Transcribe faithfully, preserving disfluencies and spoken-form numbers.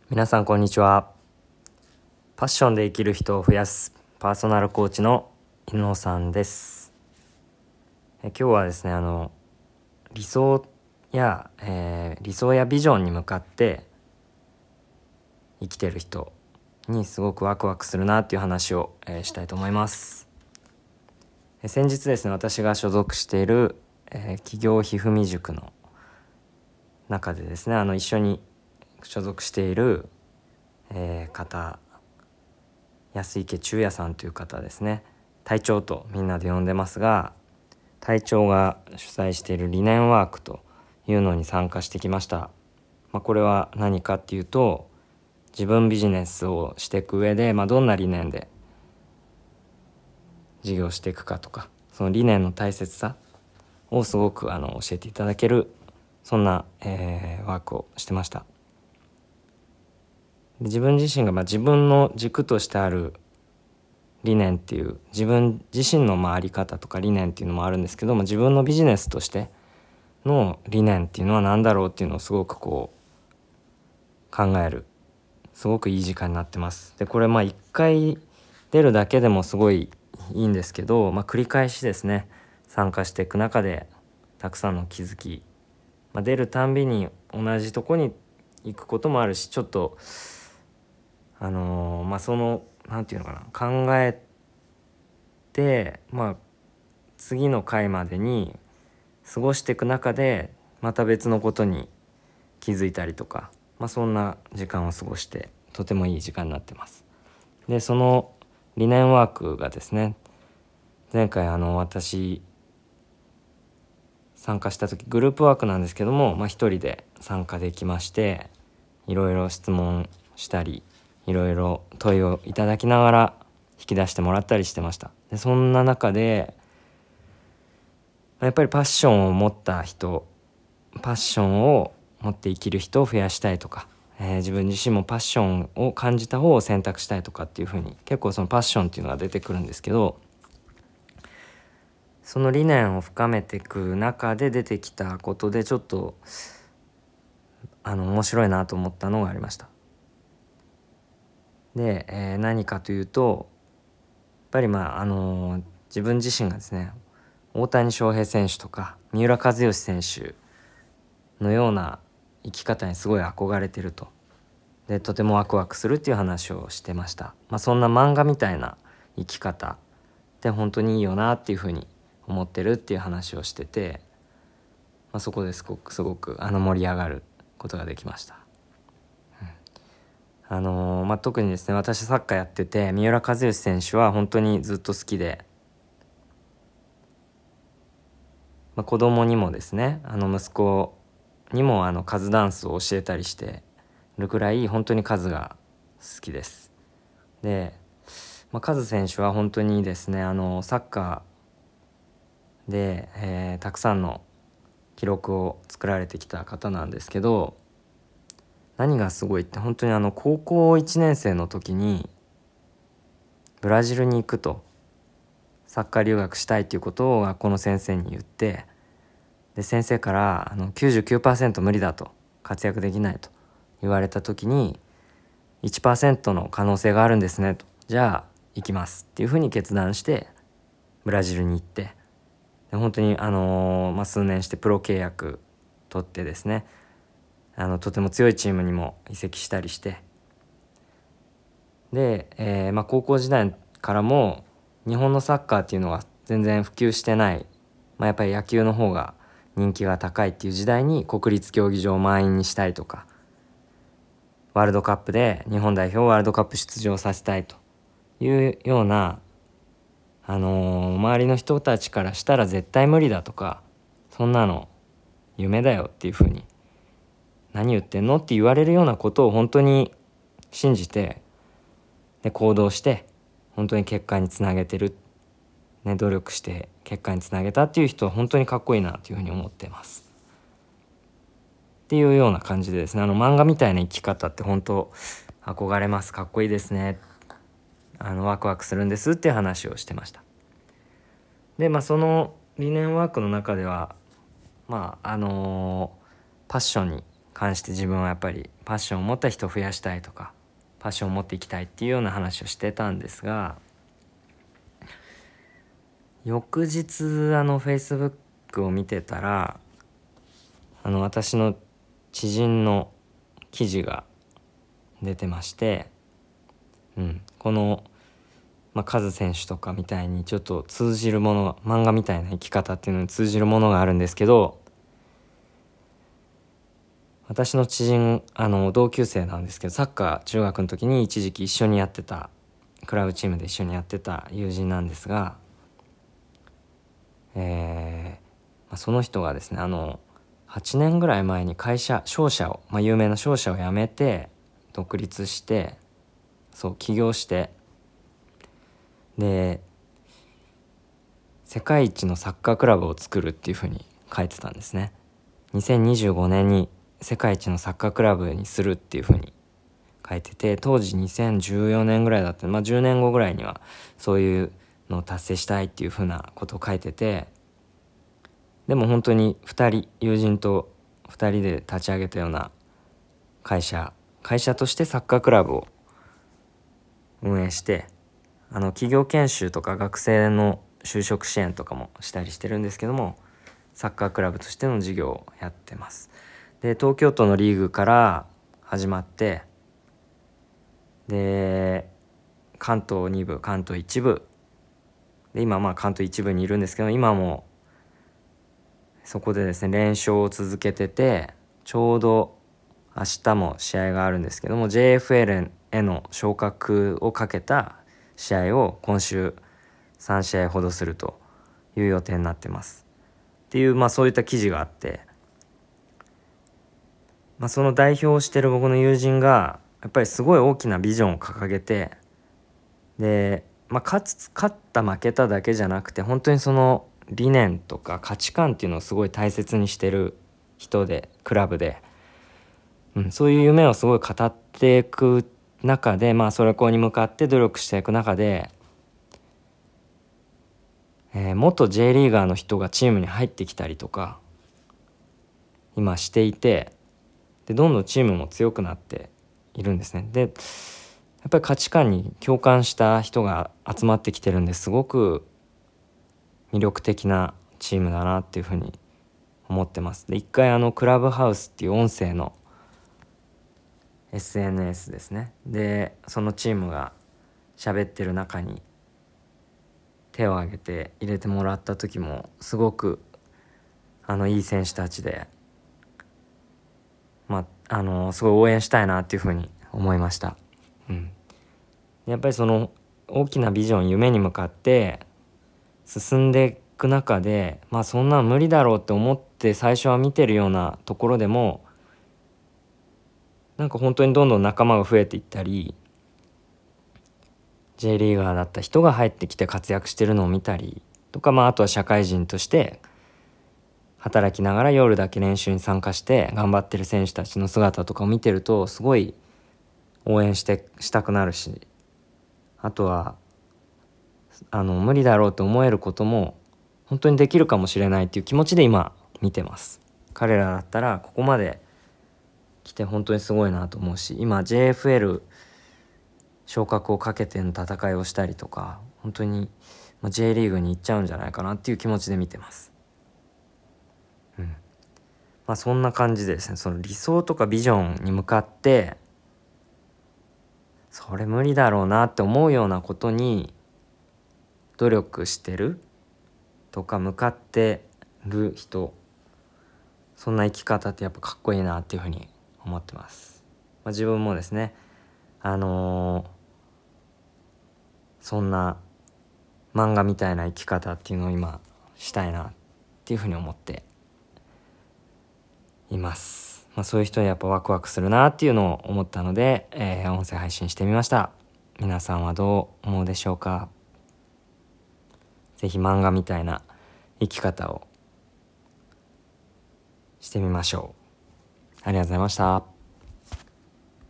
皆さんこんにちは。パッションで生きる人を増やすパーソナルコーチの伊野さんです。え今日はですねあの理想や、えー理想やビジョンに向かって生きてる人にすごくワクワクするなっていう話を、えーしたいと思います。え先日ですね私が所属している、えー企業ひふみ塾の中でですねあの一緒に所属している、えー方安池忠也さんという方ですね、隊長とみんなで呼んでますが、隊長が主催している理念ワークというのに参加してきました。まあ、これは何かっていうと、自分ビジネスをしていく上で、まあ、どんな理念で事業していくかとか、その理念の大切さをすごくあの教えていただける、そんな、えーワークをしてました。で自分自身がまあ自分の軸としてある理念っていう自分自身のまああり方とか理念っていうのもあるんですけども、自分のビジネスとしての理念っていうのは何だろうっていうのをすごくこう考えるすごくいい時間になってます。でこれまあ一回出るだけでもすごいいいんですけど、まあ、繰り返しですね参加していく中でたくさんの気づき、まあ、出るたんびに同じとこに行くこともあるし、ちょっとあのーまあそのなんていうのかな考えてまあ次の回までに過ごしていく中でまた別のことに気づいたりとか、まあ、そんな時間を過ごしてとてもいい時間になってます。でその理念ワークがですね、前回あの私参加した時グループワークなんですけども、まあ、一人で参加できまして、いろいろ質問したりいろいろ問いをいただきながら引き出してもらったりしてました。でそんな中でやっぱりパッションを持った人、パッションを持って生きる人を増やしたいとか、えー自分自身もパッションを感じた方を選択したいとかっていう風に結構そのパッションっていうのが出てくるんですけど、その理念を深めていく中で出てきたことでちょっとあの面白いなと思ったのがありました。で、えー何かというとやっぱりまああのー自分自身がですね大谷翔平選手とか三浦知良選手のような生き方にすごい憧れてると。でとてもワクワクするっていう話をしてました。まあ、そんな漫画みたいな生き方って本当にいいよなっていうふうに思ってるっていう話をしてて、まあ、そこですごくすごくあの盛り上がることができました。あのーまあ、特にですね私サッカーやってて三浦知良選手は本当にずっと好きで、まあ、子供にもですねあの息子にもあのカズダンスを教えたりしてるくらい本当にカズが好きです。で、まあ、カズ選手は本当にですねあのサッカーで、えーたくさんの記録を作られてきた方なんですけど、何がすごいって本当にあの高校いちねん生の時にブラジルに行くと、サッカー留学したいということを学校の先生に言って、で先生からあのきゅうじゅうきゅうパーセント無理だと、活躍できないと言われた時にいちパーセントの可能性があるんですねと、じゃあ行きますっていうふうに決断してブラジルに行って、で本当にあのーまあ、数年してプロ契約取ってですねあのとても強いチームにも移籍したりして、で、えーまあ、高校時代からも日本のサッカーっていうのは全然普及してない、まあ、やっぱり野球の方が人気が高いっていう時代に国立競技場を満員にしたいとか、ワールドカップで日本代表をワールドカップ出場させたいというような、あのー周りの人たちからしたら絶対無理だとか、そんなの夢だよっていうふうに、何言ってんのって言われるようなことを本当に信じて、で行動して本当に結果につなげてる、ね、努力して結果につなげたっていう人は本当にかっこいいなというふうに思ってますっていうような感じでですね、あの漫画みたいな生き方って本当憧れます、かっこいいですね、あのワクワクするんですっていう話をしてました。でまあその理念ワークの中ではまああのーパッションに関して自分はやっぱりパッションを持った人を増やしたいとか、パッションを持っていきたいっていうような話をしてたんですが、翌日あの Facebook を見てたら、あの私の知人の記事が出てまして、うん、この、まあ、カズ選手とかみたいにちょっと通じるもの、漫画みたいな生き方っていうのに通じるものがあるんですけど、私の知人、あの同級生なんですけど、サッカー中学の時に一時期一緒にやってた、クラブチームで一緒にやってた友人なんですが、えーまあ、その人がですね、あのはちねんぐらい前に会社商社を、まあ、有名な商社を辞めて独立して、そう起業して、で世界一のサッカークラブを作るっていうふうに書いてたんですね。にせんにじゅうごねんに世界一のサッカークラブにするっていうふうに書いてて、当時にせんじゅうよねんぐらいだった、まあ、じゅうねんごぐらいにはそういうのを達成したいっていうふうなことを書いてて、でも本当にふたり、友人とふたりで立ち上げたような会社会社としてサッカークラブを運営して、あの企業研修とか学生の就職支援とかもしたりしてるんですけども、サッカークラブとしての事業をやってます。で東京都のリーグから始まって、で関東に部、関東いち部で、今まあ関東いち部にいるんですけど、今もそこでですね連勝を続けてて、ちょうど明日も試合があるんですけども、 ジェイエフエル への昇格をかけた試合を今週さん試合ほどするという予定になってますっていう、まあそういった記事があって、まあ、その代表をしてる僕の友人がやっぱりすごい大きなビジョンを掲げて、で、まあ、勝つ勝った負けただけじゃなくて、本当にその理念とか価値観っていうのをすごい大切にしてる人で、クラブで、うん、そういう夢をすごい語っていく中で、まあそれこに向かって努力していく中で、えー、元 J リーガーの人がチームに入ってきたりとか今していて、でどんどんチームも強くなっているんですね。でやっぱり価値観に共感した人が集まってきてるんで、すごく魅力的なチームだなっていうふうに思ってます。で一回あのクラブハウスっていう音声の エスエヌエス ですね、でそのチームが喋ってる中に手を挙げて入れてもらった時も、すごくあのいい選手たちで、まああのすごい応援したいなっていうふうに思いました。うん、やっぱりその大きなビジョン、夢に向かって進んでいく中で、まあそんなの無理だろうって思って最初は見てるようなところでも、なんか本当にどんどん仲間が増えていったり、 J リーガーだった人が入ってきて活躍してるのを見たりとか、まああとは社会人として働きながら夜だけ練習に参加して頑張ってる選手たちの姿とかを見てると、すごい応援してしたくなるし、あとはあの無理だろうと思えることも本当にできるかもしれないっていう気持ちで今見てます。彼らだったらここまで来て本当にすごいなと思うし、今 ジェイエフエル 昇格をかけての戦いをしたりとか、本当に J リーグに行っちゃうんじゃないかなっていう気持ちで見てます。うん、まあそんな感じでですね、その理想とかビジョンに向かってそれ無理だろうなって思うようなことに努力してるとか向かってる人、そんな生き方ってやっぱかっこいいなっていうふうに思ってます。まあ、自分もですね、あのー、そんな漫画みたいな生き方っていうのを今したいなっていうふうに思っています。まあ、そういう人にやっぱワクワクするなっていうのを思ったので、えー、音声配信してみました。皆さんはどう思うでしょうか。ぜひ漫画みたいな生き方をしてみましょう。ありがとうございました。